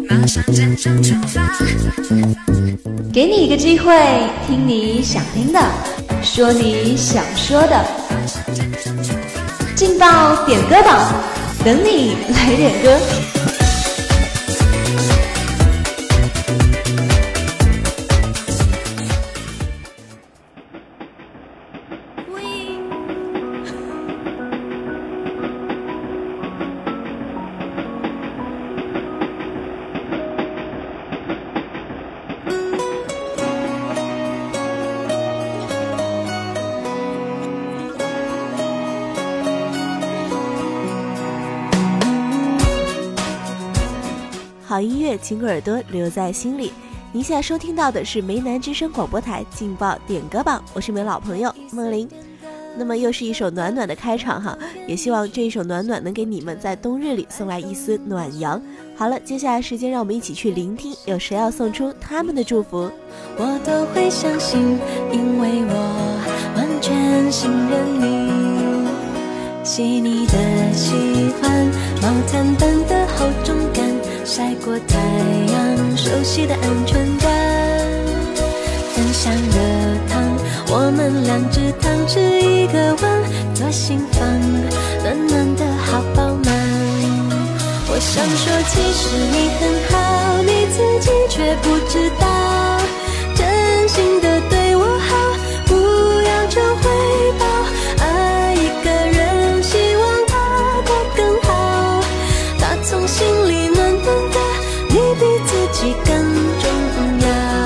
马上站上出发， 给你一个机会，听你想听的，说你想说的，劲爆点歌榜，等你来点歌。 好音乐经过耳朵留在心里。您现在收听到的是梅南之声广播台劲爆点歌榜，我是你们老朋友梦玲。那么又是一首暖暖的开场哈，也希望这一首暖暖能给你们在冬日里送来一丝暖阳。好了，接下来时间让我们一起去聆听有谁要送出他们的祝福。 我都会相信，因为我完全信任你，细腻的喜欢，毛毯般的厚重感，晒过太阳，熟悉的安全感，分享的糖，我们两只汤匙一个碗，左心房，暖暖的好饱满。我想说其实你很好，你自己却不知道，真心的对我好，不要求回报，爱一个人，希望他过更好，他从心里暖暖的，你比自己更重要。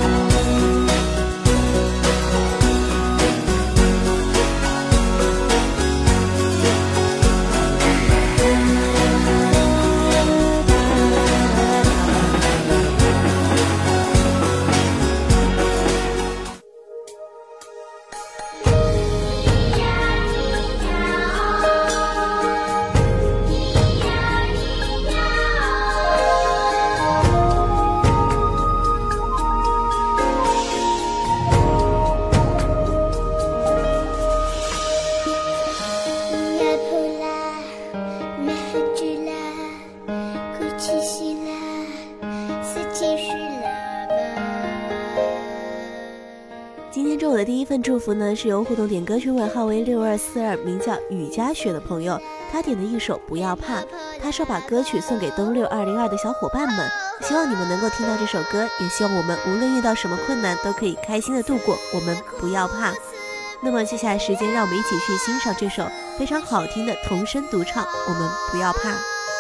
今天中午的第一份祝福呢，是由互动点歌群尾号为6242，名叫雨佳雪的朋友，他点的一首不要怕。他说把歌曲送给登六202的小伙伴们，希望你们能够听到这首歌，也希望我们无论遇到什么困难都可以开心的度过，我们不要怕。那么接下来时间让我们一起去欣赏这首非常好听的童声独唱，我们不要怕。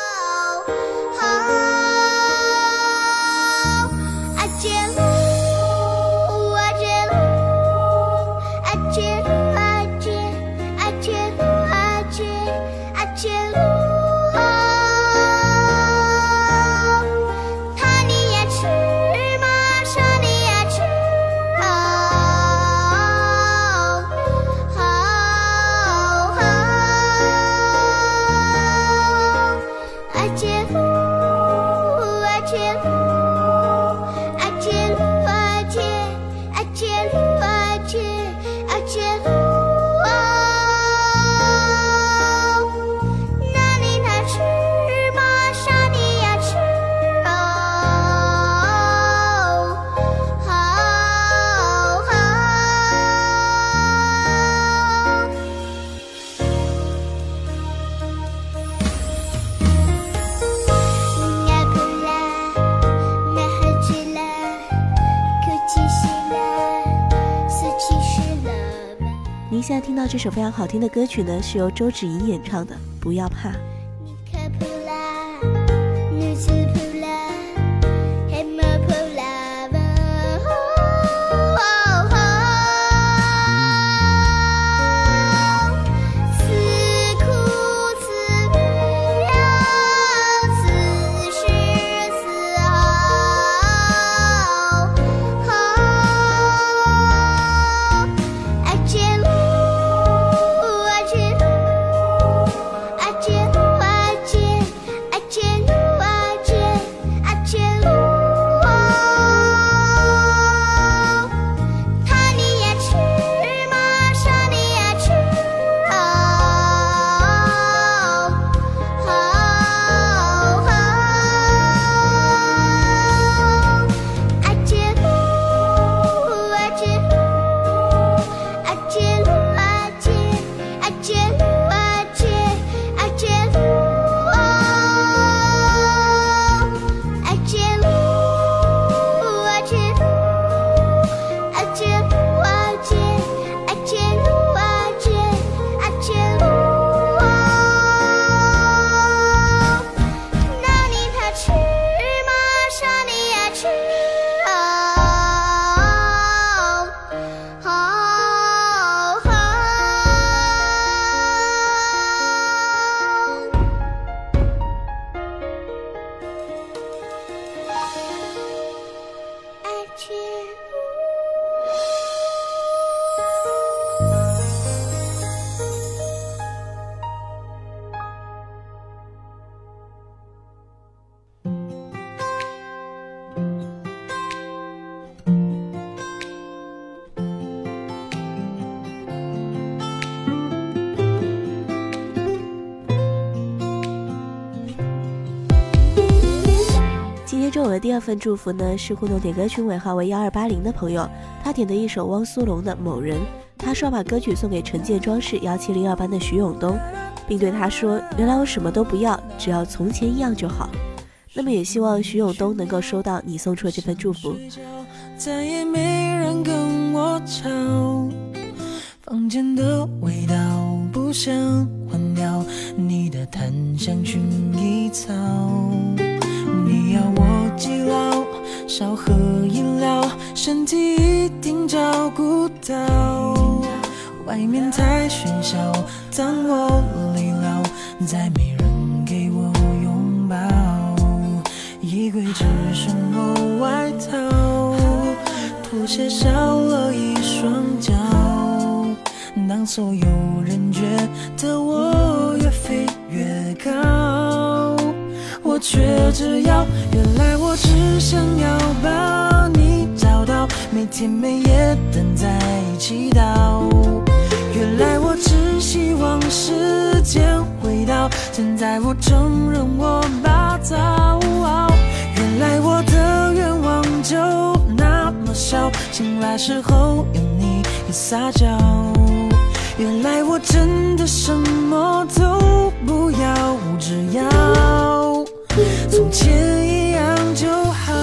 您现在听到这首非常好听的歌曲呢，是由周芷怡演唱的《不要怕》。 I 中我的第二份祝福呢，是互动点歌群尾号为1280的朋友，他点的一首汪苏泷的《某人》，他说把歌曲送给陈建庄市1702班的徐永东，并对他说：原来我什么都不要，只要从前一样就好。那么也希望徐永东能够收到你送出的这份祝福。 再也没人跟我吵，房间的味道不想换掉，你的檀香薰衣草，你要我记牢，少喝饮料，身体一定照顾到，外面太喧嚣，当我累了，再没人给我拥抱，衣柜只剩我外套，拖鞋少了一双脚，当所有人觉得我越飞越高，我却只要，原来我只想要把你找到，每天每夜等在祈祷，原来我只希望时间回到现在，我承认我霸道，原来我的愿望就那么少，醒来时候有你也撒娇，原来我真的什么都不要，只要从前一样就好。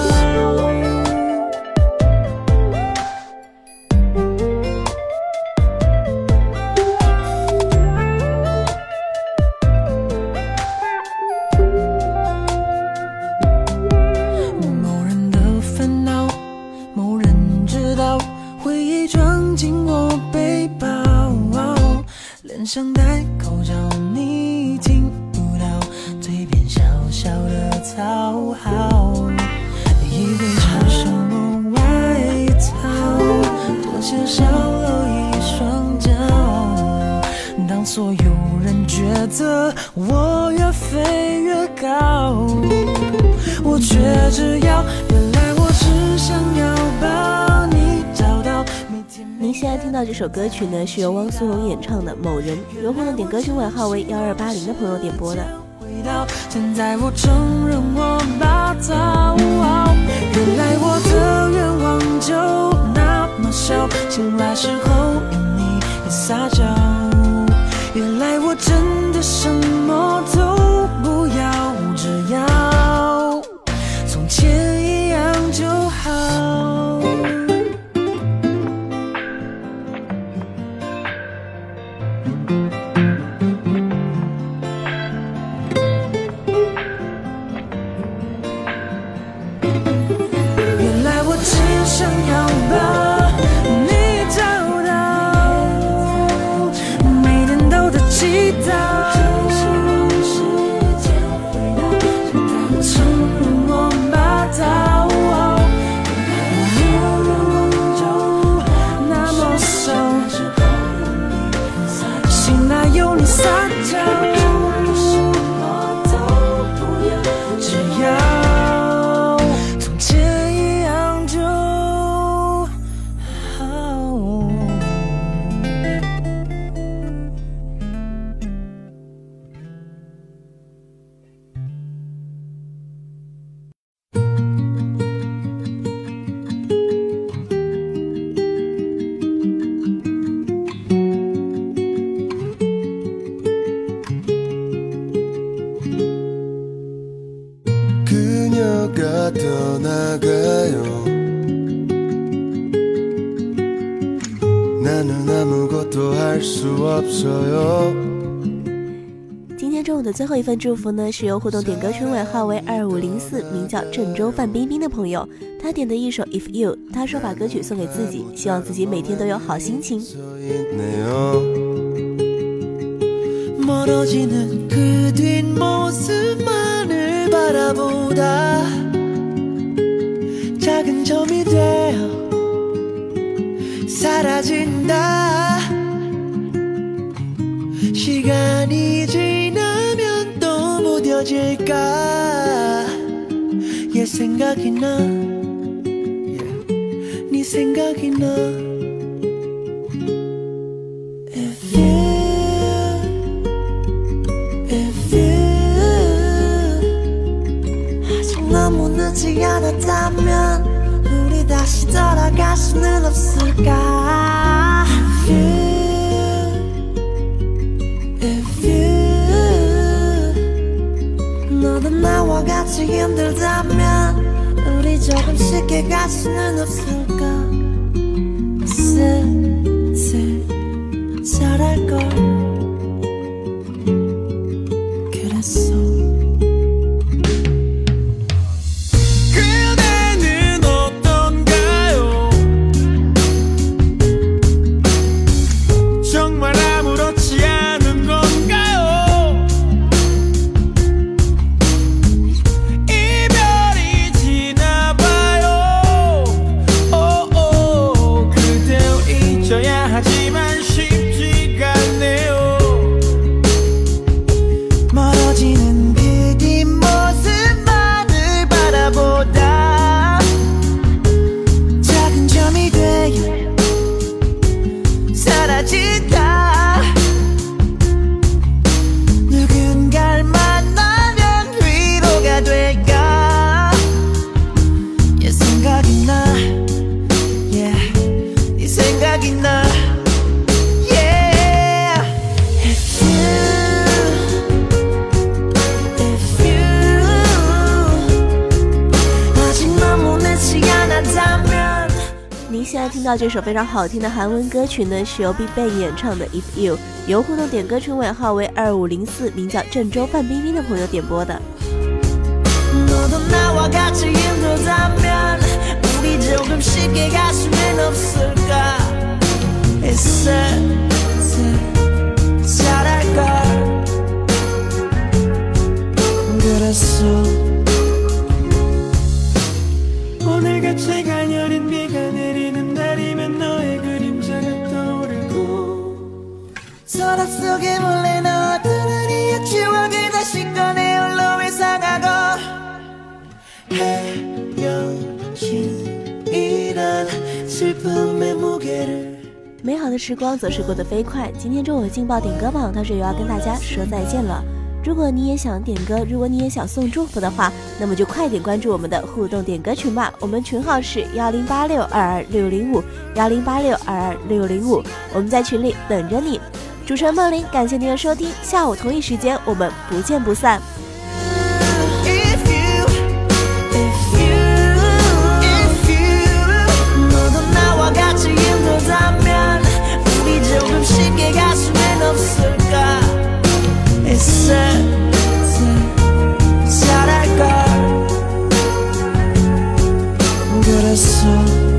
某人的烦恼，某人知道，回忆装进我背包，脸上戴口罩你听不到，嘴边小小的讨好，衣柜只剩我外套，拖鞋少了一双脚，当所有人觉得我越飞越高，我却只要，原来我只想要把你找到。 您现在听到这首歌曲呢，是由汪苏泷演唱的《某人》，由互动点歌群尾号为1280的朋友点播的。 现在我承认我霸道，原来我的愿望就那么少，醒来时候有你也撒娇，原来我真的什么都不要，只要从前一样就好。原来我只想要把你找到，每天都在祈祷，我承认我霸道，那么少，醒来有你撒娇，只要从前一样就好。 그녀가 떠나가요 나는 아무것도 할 수 없어요。 今天中午的最后一份祝福呢，是由互动点歌群尾号为2504，名叫郑州范冰冰的朋友，他点的一首 If You， 他说把歌曲送给自己，希望自己每天都有好心情。 멀어지는 그 뒷모습만을 바라보다 작은 점이 되어 사라진다. 시간이 지나면 또 무뎌질까. 얘 생각이 나, 네 생각이 나. 아직 너무나 늦지 않았다면 우리 다시 돌아갈 수는 없을까. If you 너도 나와 같이 힘들다면 우리 조금 쉽게 갈 수는 없을까. 슬슬 잘할걸. 그랬어. 그대는 어떤가요? 정말 아무렇지 않은 건가요? 이별이 지나봐요. 그대를 잊어야 하지만 쉽지가 않네요. 멀어지는 그 뒷모습만을 바라보다 작은 점이 되어 사라진다. 누군가를 만나면 위로가 될까. 얘 생각이 나. Yeah, 네 생각이 나. Yeah. If you 아직 너무 늦지 않았다면。 您现在听到这首非常好听的韩文歌曲呢，是由 BigBang 演唱的 If You， 由互动点歌群尾号为2504，名叫郑州范冰冰的朋友点播的。 너도 나와 같이 힘들다면 우리 조금 쉽게 갈 수는 없을까. 있을 잘할걸. 그랬어. 오늘같이 가녀린 비가 내리는 날이면 너의 그림자가 떠오르고 서랍 속에 몰래 넣어두는 이 추억을 다시 꺼내 홀로 회상하고 헤어진 이런 슬픔의 무게를 美好的时光总是过得飞快，今天中午的劲爆点歌榜到这又要跟大家说再见了。如果你也想点歌，如果你也想送祝福的话，那么就快点关注我们的互动点歌群吧。我们群号是1086226605，1086226605，我们在群里等着你。主持人梦玲，感谢您的收听，下午同一时间我们不见不散。 조금 쉽게 갈 수는 없을까. 있을 잘할걸. 그랬어.